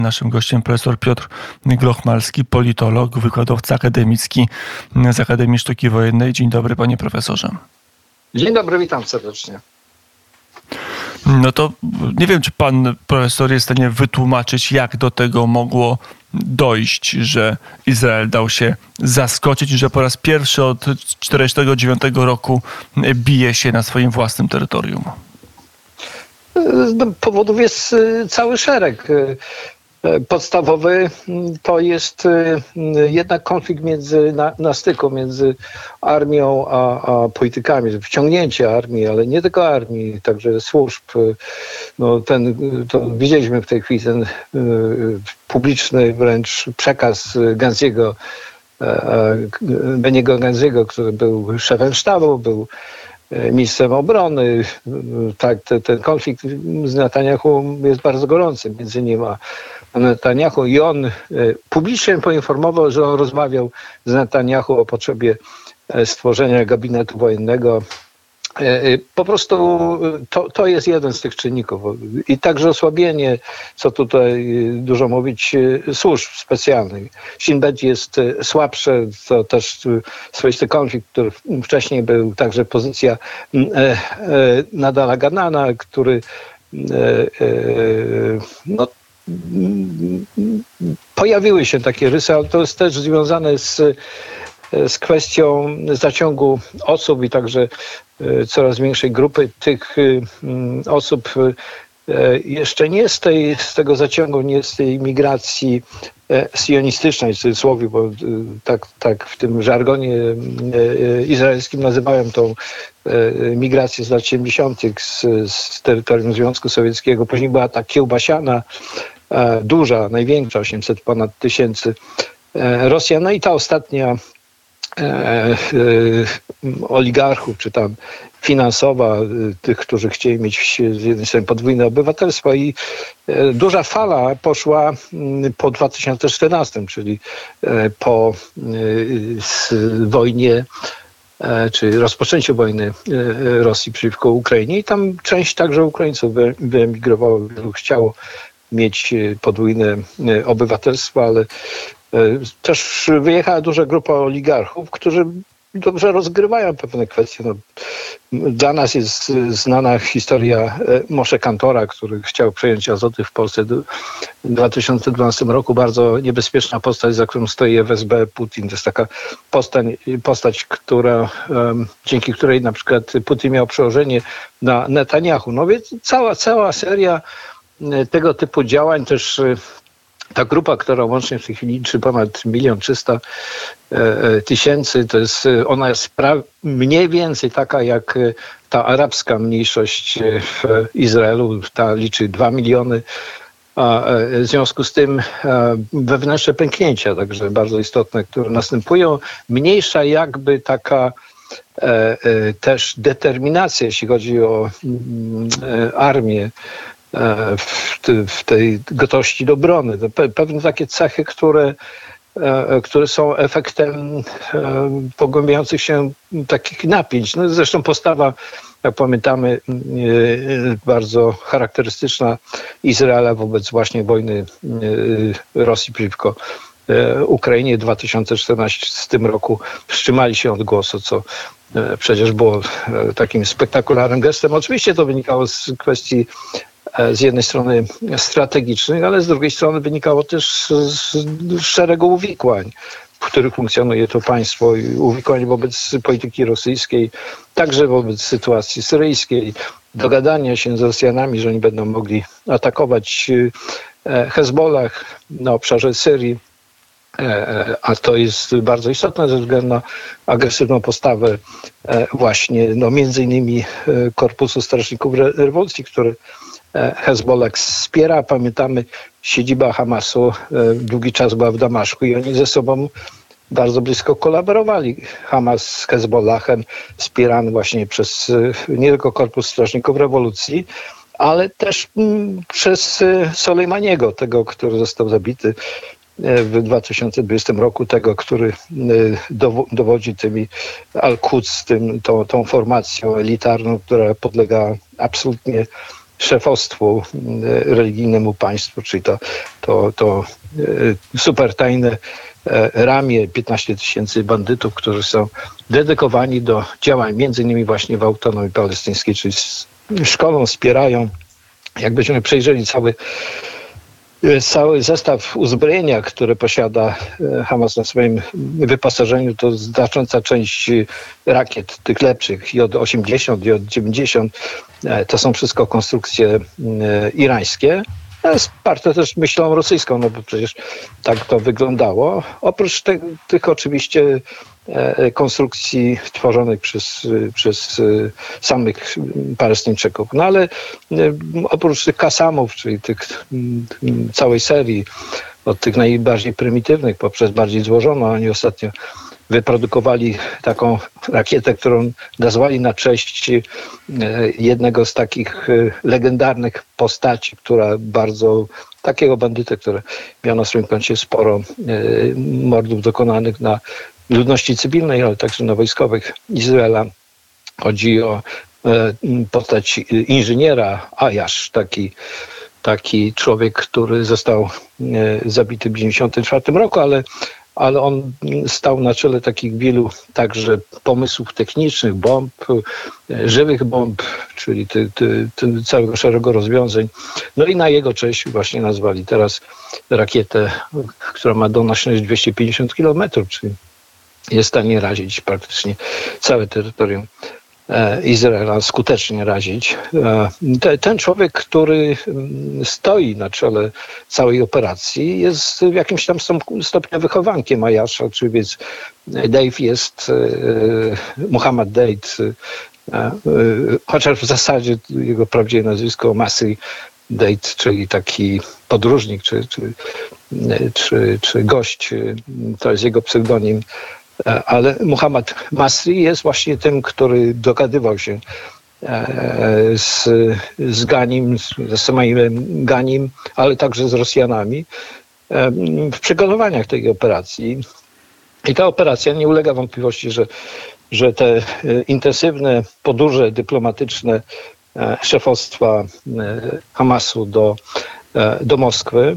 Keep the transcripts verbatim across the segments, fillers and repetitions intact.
Naszym gościem profesor Piotr Glochmalski, politolog, wykładowca akademicki z Akademii Sztuki Wojennej. Dzień dobry, panie profesorze. Dzień dobry, witam serdecznie. No to nie wiem, czy pan profesor jest w stanie wytłumaczyć, jak do tego mogło dojść, że Izrael dał się zaskoczyć, że po raz pierwszy od tysiąc dziewięćset czterdziestego dziewiątego roku bije się na swoim własnym terytorium. Powodów jest cały szereg. Podstawowy to jest jednak konflikt między, na, na styku między armią a, a politykami, wciągnięcie armii, ale nie tylko armii, także służb. No ten, to widzieliśmy w tej chwili ten publiczny wręcz przekaz Ganziego, Beniego Ganziego, który był szefem sztabu, był ministrem obrony. Tak, te, ten konflikt z Netanyahu jest bardzo gorący między nim a Netanyahu i on publicznie poinformował, że on rozmawiał z Netanyahu o potrzebie stworzenia gabinetu wojennego. Po prostu to, to jest jeden z tych czynników. I także osłabienie, co tutaj dużo mówić, służb specjalnych. Shin Bet jest słabsze, to też swoisty konflikt, który wcześniej był, także pozycja Nadala Ganana, który no, pojawiły się takie rysy, ale to jest też związane z z kwestią zaciągu osób i także coraz większej grupy tych osób jeszcze nie z, tej, z tego zaciągu, nie z tej migracji sionistycznej, w cudzysłowie, bo tak, tak w tym żargonie izraelskim nazywają tą migrację z lat siedemdziesiątych z, z terytorium Związku Sowieckiego. Później była ta kiełbasiana, duża, największa, osiemset ponad tysięcy Rosjan. No i ta ostatnia E, e, oligarchów, czy tam finansowa, e, tych, którzy chcieli mieć z jednej strony podwójne obywatelstwo i e, duża fala poszła m, po dwa tysiące czternastym, czyli e, po e, wojnie, e, czy rozpoczęciu wojny e, Rosji przeciwko Ukrainie i tam część także Ukraińców wy, wyemigrowało, wielu chciało mieć podwójne e, obywatelstwo, ale też wyjechała duża grupa oligarchów, którzy dobrze rozgrywają pewne kwestie. No, dla nas jest znana historia Moshe Kantora, który chciał przejąć Azoty w Polsce w dwa tysiące dwunastym roku. Bardzo niebezpieczna postać, za którą stoi F S B Putin. To jest taka postać, postać która, um, dzięki której na przykład Putin miał przełożenie na Netanyahu. No więc cała, cała seria tego typu działań też. Ta grupa, która łącznie w tej chwili liczy ponad milion trzysta tysięcy, to jest, ona jest pra- mniej więcej taka jak ta arabska mniejszość w Izraelu, ta liczy dwa miliony. A w związku z tym wewnętrzne pęknięcia, także bardzo istotne, które następują. Mniejsza jakby taka też determinacja, jeśli chodzi o armię, w tej gotowości do obrony. Pewne takie cechy, które, które są efektem pogłębiających się takich napięć. No zresztą postawa, jak pamiętamy, bardzo charakterystyczna Izraela wobec właśnie wojny Rosji przeciwko Ukrainie w dwa tysiące czternastym roku wstrzymali się od głosu, co przecież było takim spektakularnym gestem. Oczywiście to wynikało z kwestii z jednej strony strategicznych, ale z drugiej strony wynikało też z, z szeregu uwikłań, w których funkcjonuje to państwo i uwikłań wobec polityki rosyjskiej, także wobec sytuacji syryjskiej, dogadania się z Rosjanami, że oni będą mogli atakować Hezbollah na obszarze Syrii, a to jest bardzo istotne ze względu na agresywną postawę właśnie no, między innymi Korpusu Strażników Rewolucji, który Hezbollah wspiera. Pamiętamy, siedziba Hamasu długi czas była w Damaszku i oni ze sobą bardzo blisko kolaborowali. Hamas z Hezbollahem, wspierany właśnie przez nie tylko Korpus Strażników Rewolucji, ale też przez Soleimaniego, tego, który został zabity w dwa tysiące dwudziestym roku, tego, który dowodzi tymi Al-Quds, tym, tą, tą formacją elitarną, która podlega absolutnie szefostwu religijnemu państwu, czyli to, to, to super tajne ramię piętnaście tysięcy bandytów, którzy są dedykowani do działań, między innymi właśnie w autonomii palestyńskiej, czyli szkolą, wspierają. Jak będziemy przejrzeli cały Cały zestaw uzbrojenia, które posiada Hamas na swoim wyposażeniu, to znacząca część rakiet, tych lepszych, J osiemdziesiąt, J dziewięćdziesiąt, to są wszystko konstrukcje irańskie, wsparte też myślą rosyjską, no bo przecież tak to wyglądało. Oprócz te, tych oczywiście konstrukcji tworzonych przez, przez samych Palestyńczyków. No ale oprócz tych kasamów, czyli tych całej serii, od tych najbardziej prymitywnych poprzez bardziej złożoną, oni ostatnio wyprodukowali taką rakietę, którą nazwali na cześć jednego z takich legendarnych postaci, która bardzo, takiego bandyty, który miał na swoim koncie sporo mordów dokonanych na ludności cywilnej, ale także na wojskowych Izraela. Chodzi o postać inżyniera Ajasz, taki, taki człowiek, który został zabity w dziewięćdziesiątym czwartym roku, ale, ale on stał na czele takich wielu także pomysłów technicznych, bomb, żywych bomb, czyli ty, ty, ty całego szeregu rozwiązań. No i na jego cześć właśnie nazwali teraz rakietę, która ma donośność dwieście pięćdziesiąt kilometrów, czyli jest w stanie razić praktycznie całe terytorium Izraela, skutecznie razić. Ten człowiek, który stoi na czele całej operacji, jest w jakimś tam stopniu wychowankiem Ajasza, czyli więc Dave jest, Muhammad Date, chociaż w zasadzie jego prawdziwe nazwisko Masri Date, czyli taki podróżnik, czy, czy, czy, czy gość, to jest jego pseudonim. Ale Muhammad Masri jest właśnie tym, który dogadywał się z, z Ganim, z Ismailem Ganim, ale także z Rosjanami w przygotowaniach tej operacji. I ta operacja nie ulega wątpliwości, że, że te intensywne podróże dyplomatyczne szefostwa Hamasu do, do Moskwy,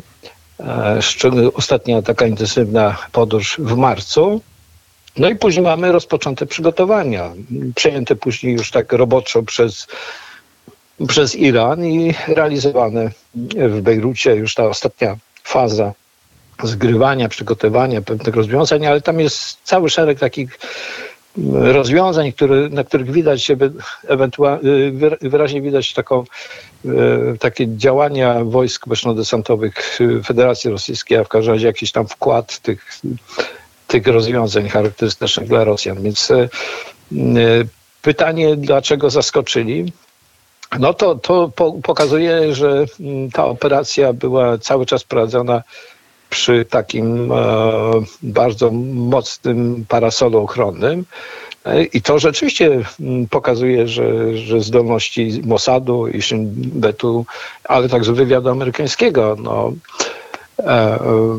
ostatnia taka intensywna podróż w marcu. No i później mamy rozpoczęte przygotowania, przejęte później już tak roboczo przez, przez Iran i realizowane w Bejrucie już ta ostatnia faza zgrywania, przygotowania pewnych rozwiązań, ale tam jest cały szereg takich rozwiązań, które, na których widać się ewentualnie, wyraźnie widać taką, takie działania wojsk bezpośrednio-desantowych Federacji Rosyjskiej, a w każdym razie jakiś tam wkład tych tych rozwiązań charakterystycznych dla Rosjan. Więc e, pytanie, dlaczego zaskoczyli? No to, to po, pokazuje, że ta operacja była cały czas prowadzona przy takim e, bardzo mocnym parasolu ochronnym. I to rzeczywiście pokazuje, że, że zdolności Mossadu i Shin Betu, ale także wywiadu amerykańskiego, no, e,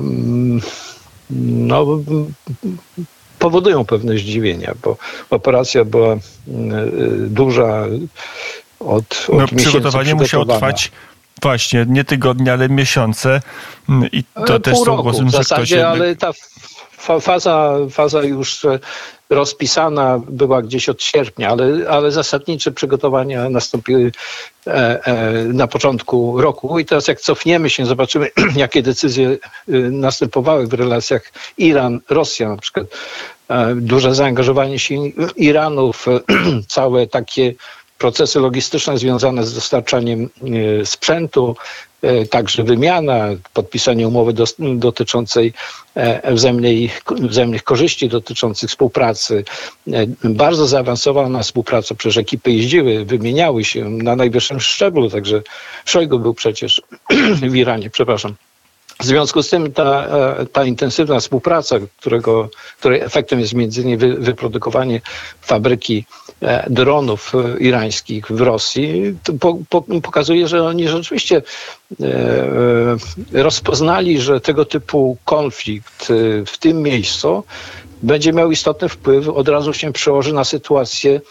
no, powodują pewne zdziwienia, bo operacja była duża od, od no, przygotowanie musiało trwać właśnie nie tygodnie, ale miesiące i to też są głosy, w zasadzie, jednak... ale ta faza, faza już rozpisana była gdzieś od sierpnia, ale, ale zasadnicze przygotowania nastąpiły e, e, na początku roku i teraz jak cofniemy się, zobaczymy jakie decyzje e, następowały w relacjach Iran-Rosja, na przykład e, duże zaangażowanie się Iranu w e, całe takie procesy logistyczne związane z dostarczaniem e, sprzętu, e, także wymiana, podpisanie umowy do, dotyczącej e, wzajemnej, wzajemnych korzyści dotyczących współpracy. E, bardzo zaawansowana współpraca, przecież ekipy jeździły, wymieniały się na najwyższym szczeblu, także Szojgu był przecież w Iranie, przepraszam. W związku z tym ta, ta intensywna współpraca, którego, której efektem jest między innymi wy, wyprodukowanie fabryki dronów irańskich w Rosji, to po, po, pokazuje, że oni rzeczywiście e, rozpoznali, że tego typu konflikt w tym miejscu będzie miał istotny wpływ, od razu się przełoży na sytuację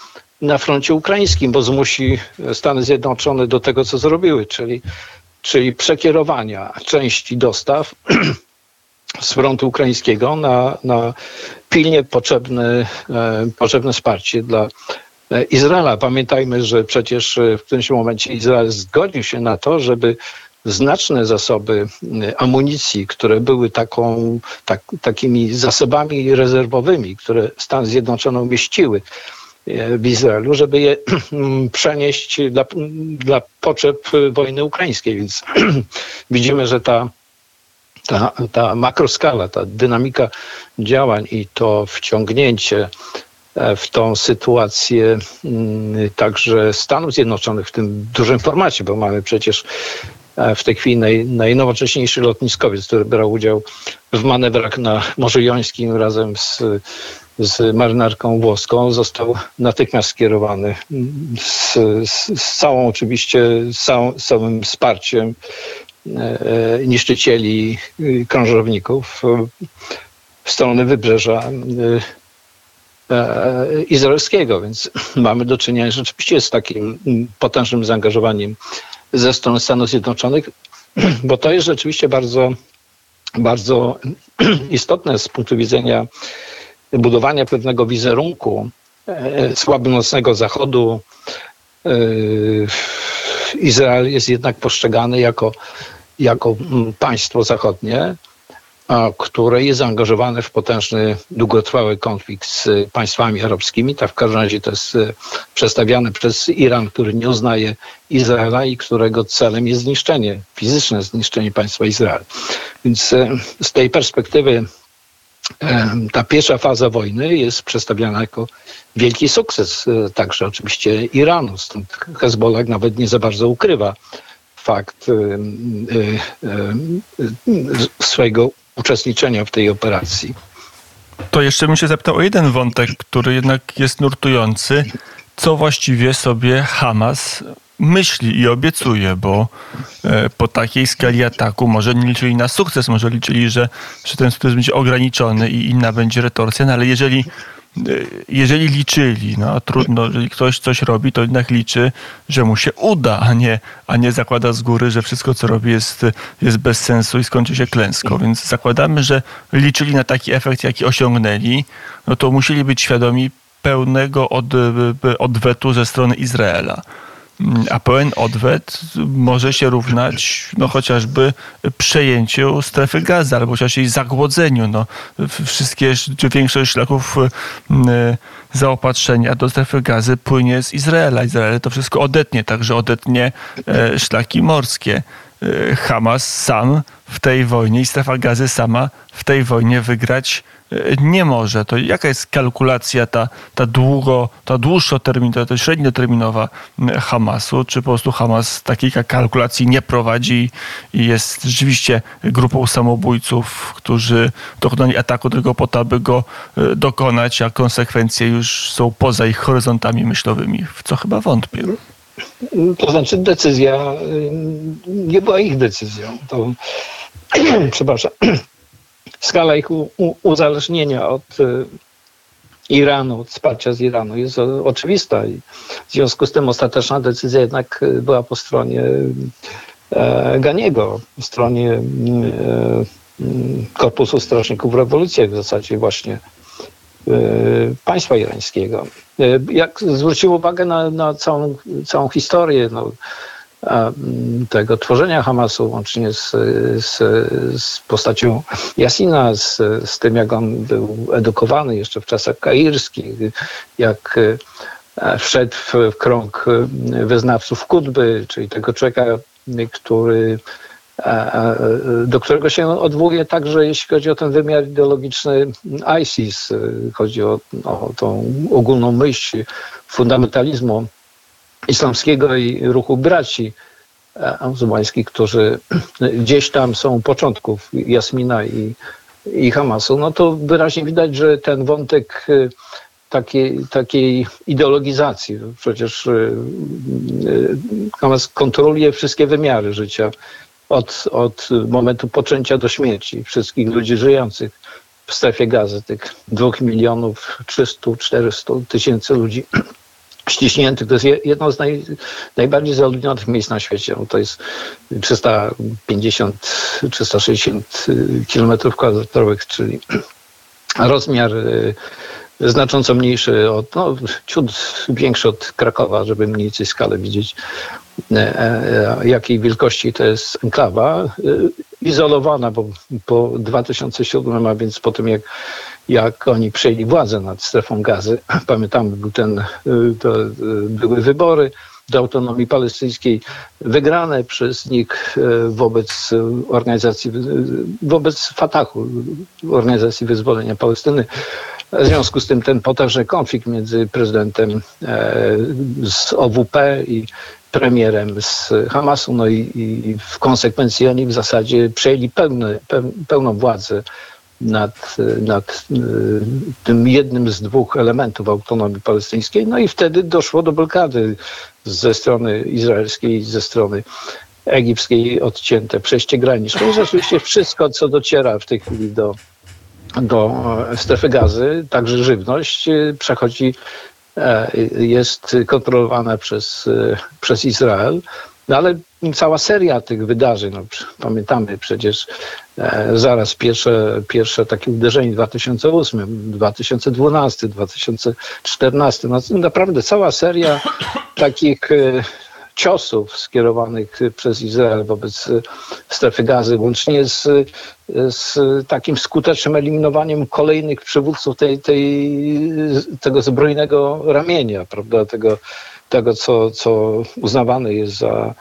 na froncie ukraińskim, bo zmusi Stany Zjednoczone do tego, co zrobiły, czyli, czyli przekierowania części dostaw z frontu ukraińskiego na, na pilnie potrzebne, potrzebne wsparcie dla Izraela. Pamiętajmy, że przecież w którymś momencie Izrael zgodził się na to, żeby znaczne zasoby amunicji, które były taką, tak, takimi zasobami rezerwowymi, które Stany Zjednoczone umieściły w Izraelu, żeby je przenieść dla, dla potrzeb wojny ukraińskiej. Więc widzimy, że ta, ta, ta makroskala, ta dynamika działań i to wciągnięcie w tą sytuację także Stanów Zjednoczonych w tym dużym formacie, bo mamy przecież w tej chwili naj, najnowocześniejszy lotniskowiec, który brał udział w manewrach na Morzu Jońskim razem z, z marynarką włoską, został natychmiast skierowany z, z, z całą oczywiście, z, całą, z całym wsparciem e, niszczycieli krążowników w stronę wybrzeża e, e, izraelskiego, więc mamy do czynienia rzeczywiście z takim potężnym zaangażowaniem ze strony Stanów Zjednoczonych, bo to jest rzeczywiście bardzo, bardzo istotne z punktu widzenia budowania pewnego wizerunku e, słabonocnego Zachodu. E, Izrael jest jednak postrzegany jako, jako państwo zachodnie, a które jest zaangażowane w potężny, długotrwały konflikt z państwami arabskimi. Tak w każdym razie to jest przedstawiane przez Iran, który nie uznaje Izraela i którego celem jest zniszczenie, fizyczne zniszczenie państwa Izrael. Więc z tej perspektywy ta pierwsza faza wojny jest przedstawiana jako wielki sukces, także oczywiście Iranu. Stąd Hezbollah nawet nie za bardzo ukrywa fakt swojego uczestniczenia w tej operacji. To jeszcze bym się zapytał o jeden wątek, który jednak jest nurtujący. Co właściwie sobie Hamas myśli i obiecuje, bo po takiej skali ataku może nie liczyli na sukces, może liczyli, że, że ten sukces będzie ograniczony i inna będzie retorsja, no ale jeżeli Jeżeli liczyli, no trudno, jeżeli ktoś coś robi, to jednak liczy, że mu się uda, a nie, a nie zakłada z góry, że wszystko, co robi, jest, jest bez sensu i skończy się klęską. Więc zakładamy, że liczyli na taki efekt, jaki osiągnęli, no to musieli być świadomi pełnego od, odwetu ze strony Izraela. A pełen odwet może się równać no, chociażby przejęciu strefy Gazy albo chociaż jej zagłodzeniu. No, wszystkie, czy większość szlaków zaopatrzenia do strefy Gazy płynie z Izraela. Izrael to wszystko odetnie, także odetnie szlaki morskie. Hamas sam w tej wojnie i strefa Gazy sama w tej wojnie wygrać nie może. To jaka jest kalkulacja ta, ta, długo, ta dłuższoterminowa, ta średnioterminowa Hamasu? Czy po prostu Hamas takiej kalkulacji nie prowadzi i jest rzeczywiście grupą samobójców, którzy dokonali ataku tylko po to, aby go dokonać, a konsekwencje już są poza ich horyzontami myślowymi, w co chyba wątpię. To znaczy decyzja nie była ich decyzją. To, przepraszam, skala ich u, u, uzależnienia od Iranu, od wsparcia z Iranu jest o, oczywista i w związku z tym ostateczna decyzja jednak była po stronie e, Ganiego, po stronie e, Korpusu Strażników Rewolucji, w zasadzie właśnie państwa irańskiego. Jak zwrócił uwagę na, na całą, całą historię no, tego tworzenia Hamasu, łącznie z, z, z postacią Jasina, z, z tym, jak on był edukowany jeszcze w czasach kairskich, jak wszedł w, w krąg wyznawców Kutby, czyli tego człowieka, który do którego się odwołuje także, jeśli chodzi o ten wymiar ideologiczny ISIS. Chodzi o, o tą ogólną myśl fundamentalizmu islamskiego i ruchu braci muzułmańskich, którzy gdzieś tam są u początków Jasmina i, i Hamasu. No to wyraźnie widać, że ten wątek takiej, takiej ideologizacji, przecież Hamas kontroluje wszystkie wymiary życia, Od, od momentu poczęcia do śmierci wszystkich ludzi żyjących w strefie Gazy, tych dwóch milionów trzystu czterystu tysięcy ludzi, ściśniętych. To jest jedno z naj, najbardziej zaludnionych miejsc na świecie. To jest trzysta pięćdziesiąt do trzystu sześćdziesięciu kilometrów kwadratowych, czyli rozmiar znacząco mniejszy od, no, ciut większy od Krakowa, żeby mniej więcej skalę widzieć, jakiej wielkości to jest enklawa. Izolowana, bo po dwa tysiące siódmym, a więc po tym jak, jak oni przejęli władzę nad strefą Gazy, pamiętamy, był ten, to były wybory do autonomii palestyńskiej wygrane przez nich wobec organizacji, wobec Fatahu, Organizacji Wyzwolenia Palestyny. W związku z tym ten potężny konflikt między prezydentem z O W P i premierem z Hamasu, no i, i w konsekwencji oni w zasadzie przejęli pełne, pełną władzę nad, nad tym jednym z dwóch elementów autonomii palestyńskiej. No i wtedy doszło do blokady ze strony izraelskiej i ze strony egipskiej, odcięte przejście graniczne. I rzeczywiście wszystko, co dociera w tej chwili do, do strefy Gazy, także żywność, przechodzi, jest kontrolowana przez, przez Izrael. No ale cała seria tych wydarzeń, no, pamiętamy przecież e, zaraz pierwsze, pierwsze takie uderzenie w dwa tysiące ósmym, dwa tysiące dwunastym, dwa tysiące czternastym. No, naprawdę cała seria takich e, ciosów skierowanych przez Izrael wobec strefy Gazy, łącznie z, z takim skutecznym eliminowaniem kolejnych przywódców tej, tej, tego zbrojnego ramienia, prawda, tego, tego co, co uznawane jest za,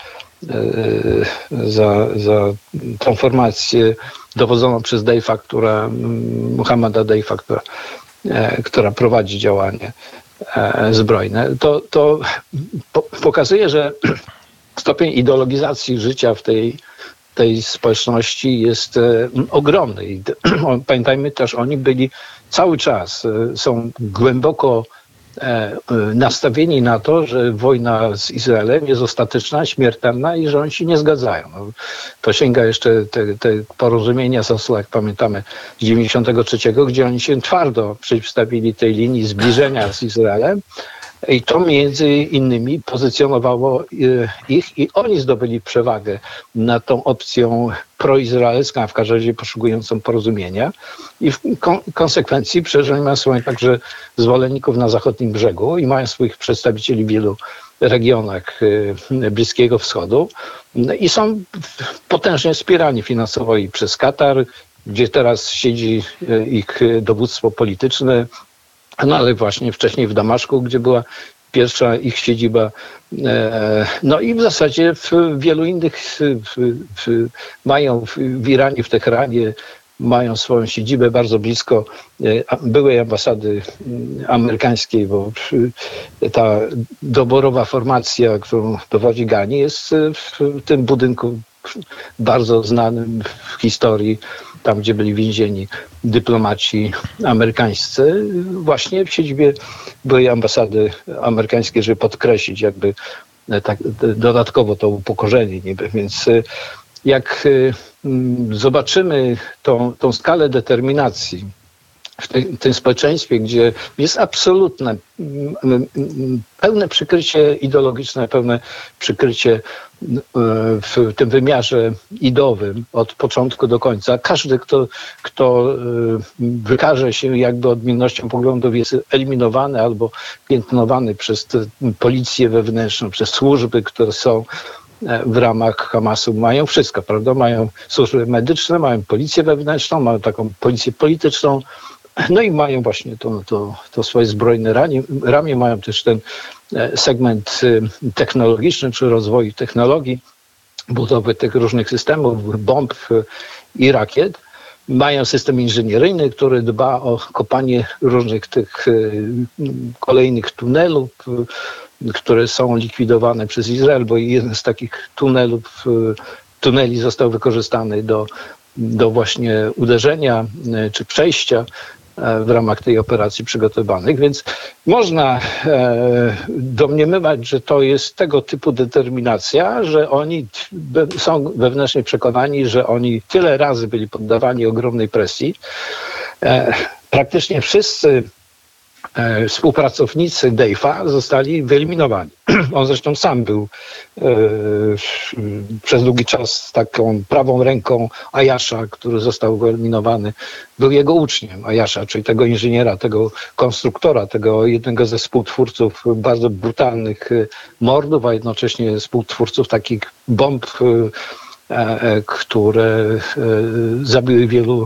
za, za tą formację dowodzoną przez Deifa, która, Muhammada Deifa, która, która prowadzi działanie zbrojne. To, to pokazuje, że stopień ideologizacji życia w tej, tej społeczności jest ogromny. I pamiętajmy też, oni byli cały czas, są głęboko nastawieni na to, że wojna z Izraelem jest ostateczna, śmiertelna i że oni się nie zgadzają. No, to sięga jeszcze te, te porozumienia z Oslo, jak pamiętamy, z dziewięćdziesiątego trzeciego, gdzie oni się twardo przeciwstawili tej linii zbliżenia z Izraelem i to między innymi pozycjonowało ich i oni zdobyli przewagę nad tą opcją proizraelską, a w każdym razie poszukującą porozumienia. I w kon- konsekwencji przecież oni mają swoich także zwolenników na zachodnim brzegu i mają swoich przedstawicieli w wielu regionach Bliskiego Wschodu i są potężnie wspierani finansowo i przez Katar, gdzie teraz siedzi ich dowództwo polityczne, no ale właśnie wcześniej w Damaszku, gdzie była pierwsza ich siedziba. No i w zasadzie w wielu innych w, w, mają w, w Iranie, w Teheranie mają swoją siedzibę bardzo blisko byłej ambasady amerykańskiej, bo ta doborowa formacja, którą dowodzi Ghani, jest w tym budynku bardzo znanym w historii, tam gdzie byli więzieni dyplomaci amerykańscy, właśnie w siedzibie byłej ambasady amerykańskiej, żeby podkreślić jakby tak dodatkowo to upokorzenie niby. Więc jak zobaczymy tą, tą skalę determinacji w tej, tym społeczeństwie, gdzie jest absolutne, pełne przykrycie ideologiczne, pełne przykrycie w tym wymiarze idowym od początku do końca. Każdy, kto, kto wykaże się jakby odmiennością poglądów, jest eliminowany albo piętnowany przez policję wewnętrzną, przez służby, które są w ramach Hamasu. Mają wszystko, prawda? Mają służby medyczne, mają policję wewnętrzną, mają taką policję polityczną, no i mają właśnie to, to, to swoje zbrojne ramię, ramię, mają też ten segment technologiczny, czy rozwoju technologii, budowy tych różnych systemów, bomb i rakiet. Mają system inżynieryjny, który dba o kopanie różnych tych kolejnych tunelów, które są likwidowane przez Izrael, bo jeden z takich tunelów, tuneli został wykorzystany do, do właśnie uderzenia czy przejścia w ramach tej operacji przygotowanych, więc można e, domniemywać, że to jest tego typu determinacja, że oni są wewnętrznie przekonani, że oni tyle razy byli poddawani ogromnej presji. E, praktycznie wszyscy współpracownicy Deif'a zostali wyeliminowani. On zresztą sam był e, przez długi czas taką prawą ręką Ajasza, który został wyeliminowany. Był jego uczniem Ajasza, czyli tego inżyniera, tego konstruktora, tego jednego ze współtwórców bardzo brutalnych mordów, a jednocześnie współtwórców takich bomb, e, e, które e, zabiły wielu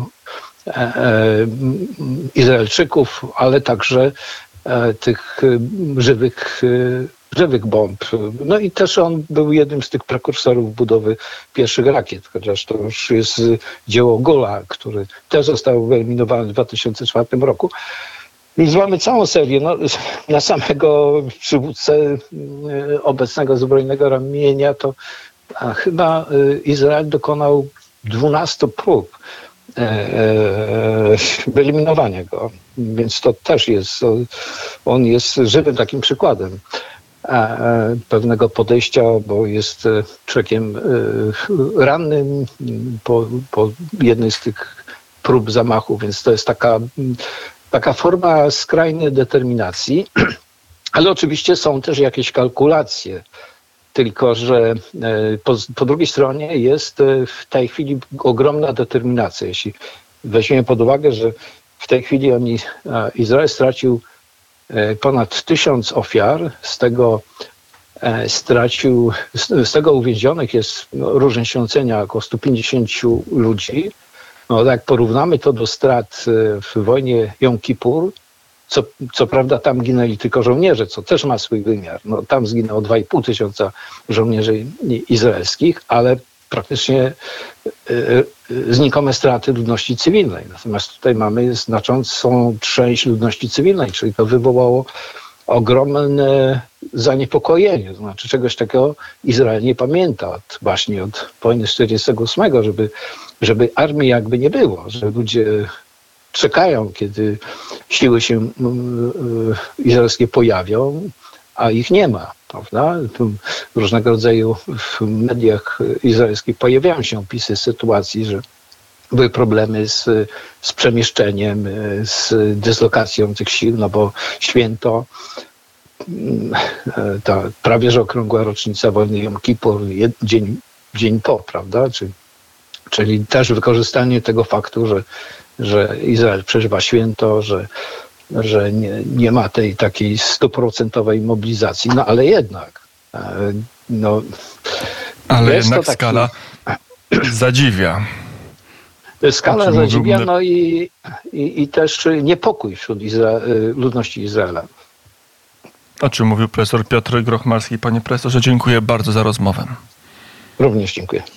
Izraelczyków, ale także tych żywych, żywych bomb. No i też on był jednym z tych prekursorów budowy pierwszych rakiet, chociaż to już jest dzieło Gola, który też został wyeliminowany w dwa tysiące czwartym roku. Więc mamy całą serię. No, na samego przywódcę obecnego zbrojnego ramienia to chyba Izrael dokonał dwunastu prób wyeliminowania go. Więc to też jest, on jest żywym takim przykładem pewnego podejścia, bo jest człowiekiem rannym po, po jednej z tych prób zamachu, więc to jest taka, taka forma skrajnej determinacji, ale oczywiście są też jakieś kalkulacje. Tylko że po, po drugiej stronie jest w tej chwili ogromna determinacja. Jeśli weźmiemy pod uwagę, że w tej chwili oni, Izrael stracił ponad tysiąc ofiar, z tego stracił, z tego uwięzionych jest, no, różne się ocenia, około stu pięćdziesięciu ludzi. No, jak porównamy to do strat w wojnie Jom Kippur, Co, co prawda tam ginęli tylko żołnierze, co też ma swój wymiar. No, tam zginęło dwa i pół tysiąca żołnierzy izraelskich, ale praktycznie y, y, znikome straty ludności cywilnej. Natomiast tutaj mamy znaczącą część ludności cywilnej, czyli to wywołało ogromne zaniepokojenie. To znaczy czegoś takiego Izrael nie pamięta od, właśnie od wojny tysiąc dziewięćset czterdziestego ósmego, żeby, żeby armii jakby nie było, że ludzie czekają, kiedy siły się izraelskie pojawią, a ich nie ma, prawda? Różnego rodzaju w mediach izraelskich pojawiają się opisy sytuacji, że były problemy z, z przemieszczeniem, z dyslokacją tych sił, no bo święto, ta prawie że okrągła rocznica wojny Jom Kippur, dzień, dzień po, prawda? Czyli, czyli też wykorzystanie tego faktu, że że Izrael przeżywa święto, że, że nie, nie ma tej takiej stuprocentowej mobilizacji, no ale jednak. No, ale jednak taki... skala zadziwia. Skala zadziwia, no i, i, i też niepokój wśród Izra... ludności Izraela. O czym mówił profesor Piotr Grochmalski. Panie profesorze, dziękuję bardzo za rozmowę. Również dziękuję.